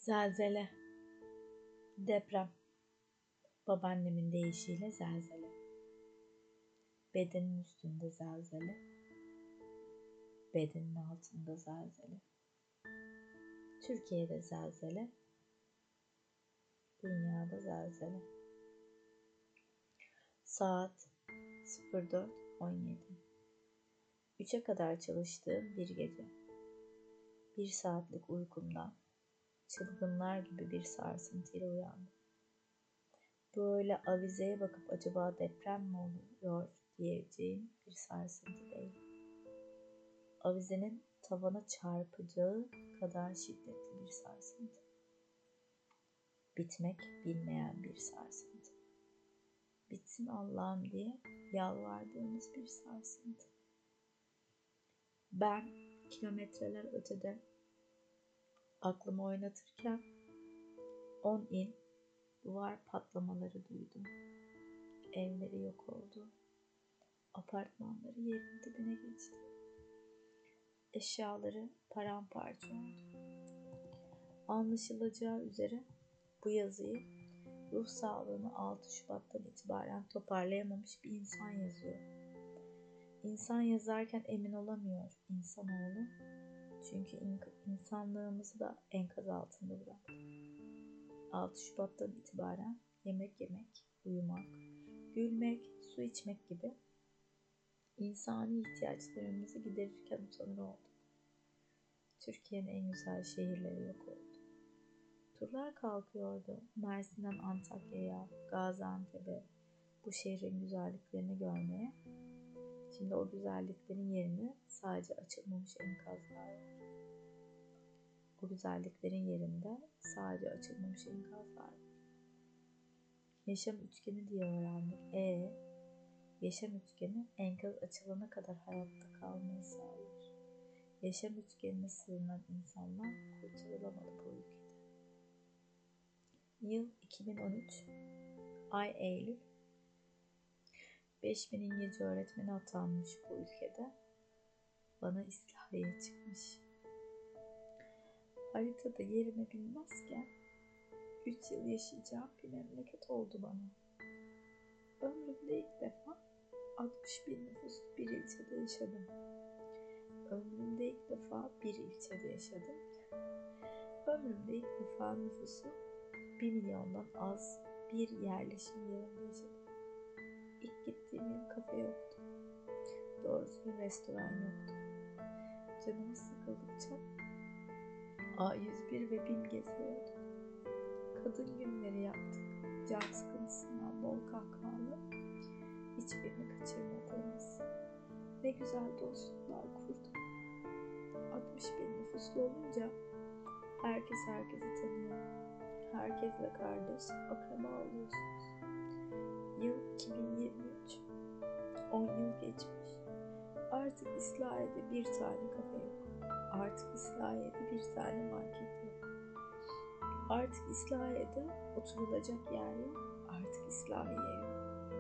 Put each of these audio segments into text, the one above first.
Zelzele, deprem, babaannemin deyişiyle zelzele. Bedenin üstünde zelzele, bedenin altında zelzele. Türkiye'de zelzele, dünyada zelzele. Saat 04:17. 3'e kadar çalıştığım bir gece. 1 saatlik uykumdan çılgınlar gibi bir sarsıntıyla uyandım. Böyle avizeye bakıp acaba deprem mi oluyor diyeceğim bir sarsıntı değil. Avizenin tavana çarpacağı kadar şiddetli bir sarsıntı. Bitmek bilmeyen bir sarsıntı. Bitsin Allah'ım diye yalvardığımız bir sarsıntı. Ben kilometreler ötede aklımı oynatırken 10 il duvar patlamaları duydum. Evleri yok oldu. Apartmanları yerin dibine geçti. Eşyaları paramparça oldu. Anlaşılacağı üzere bu yazıyı ruh sağlığını 6 Şubat'tan itibaren toparlayamamış bir insan yazıyor. İnsan yazarken emin olamıyor insanoğlu. Çünkü insanlığımızı da enkaz altında bıraktı. 6 Şubat'tan itibaren yemek yemek, uyumak, gülmek, su içmek gibi insani ihtiyaçlarımızı giderirken utanır olduk. Türkiye'nin en güzel şehirleri yok oldu. Turlar kalkıyordu Mersin'den Antakya'ya, Gaziantep'e, bu şehrin güzelliklerini görmeye. Şimdi o güzelliklerin yerini sadece açılmamış enkazlar var. O güzelliklerin yerinde sadece açılmamış enkazlar var. Yaşam üçgeni diye öğrendik. Yaşam üçgeni enkaz açılana kadar hayatta kalmayı sağlar. Yaşam üçgenine sığınan insanlar kurtulamadı bu ülkede. Yıl 2013, ay Eylül. 5000 İngilizce öğretmeni atanmış bu ülkede. Bana islahiye çıkmış. Haritada yerimi bilmezken 3 yıl yaşayacağım bir memleket oldu bana. Ömrümde ilk defa 60.000 nüfuslu bir ilçede yaşadım. Ömrümde ilk defa bir ilçede yaşadım. Ömrümde ilk defa nüfusu 1 milyondan az bir yerleşim yerinde yaşadım. İlk gittiğim yıl kafe yoktu. Doğrusu bir restoran yoktu. Canımız sıkıldıkça A101 ve BİM geziyorduk. Kadın günleri yaptık. Can sıkıntısından bol kahkahalı. Hiçbirini kaçırmadığımız. Ne güzel dostluklar kurduk. 60.000 nüfuslu olunca herkes herkesi tanıyor. Herkesle kardeş, akraba oluyorsunuz. Yıl 2023. 10 yıl geçmiş. Artık İslahiye'de bir tane kafe yok. Artık İslahiye'de bir tane market yok. Artık İslahiye'de oturulacak yer yok. Artık İslahiye yok.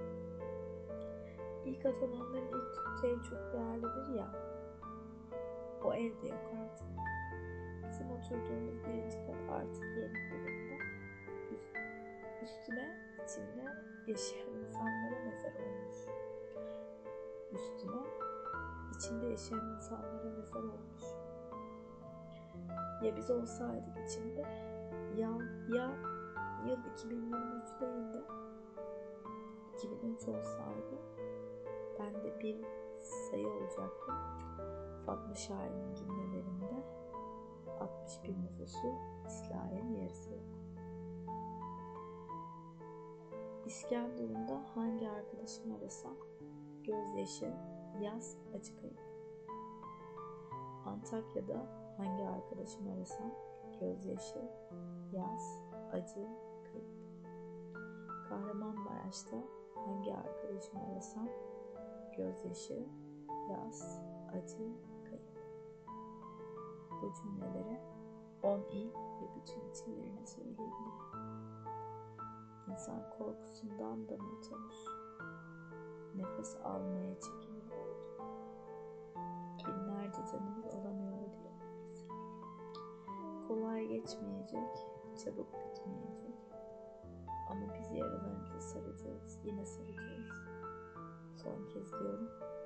İlk atananların ilk tuttuğu ev çok değerlidir ya. O evde yok artık. Bizim oturduğumuz birinci kat artık yeni durumda. Üstüne içinde yaşayan insanlara mezar olmuş. Üstüne içinde yaşayan insanlara mezar olmuş. Ya biz olsaydık içinde ya yıl 2023 değil de 2003 olsaydı ben de bir sayı olacaktım. Fatma Şahin'in cümlelerinde 60.000 nüfusu İslahiye'nin yarısı yok. İskenderun'da hangi arkadaşımı arasam gözyaşı, yas, acı kayıp. Antakya'da hangi arkadaşımı arasam gözyaşı, yas, acı, kayıp. Kahramanmaraş'ta hangi arkadaşımı arasam gözyaşı, yas, acı, kayıp. Bu cümleleri 10 il ve bütün ilçelerine söyleyebilirim. İnsan korkusundan da mı utanır? Nefes almaya çekinir oldu. Binlerce canımız alamıyor diye. Kolay kolay geçmeyecek, çabuk bitmeyecek. Ama biz yaralarımızı saracağız, yine saracağız. Son kez diyorum.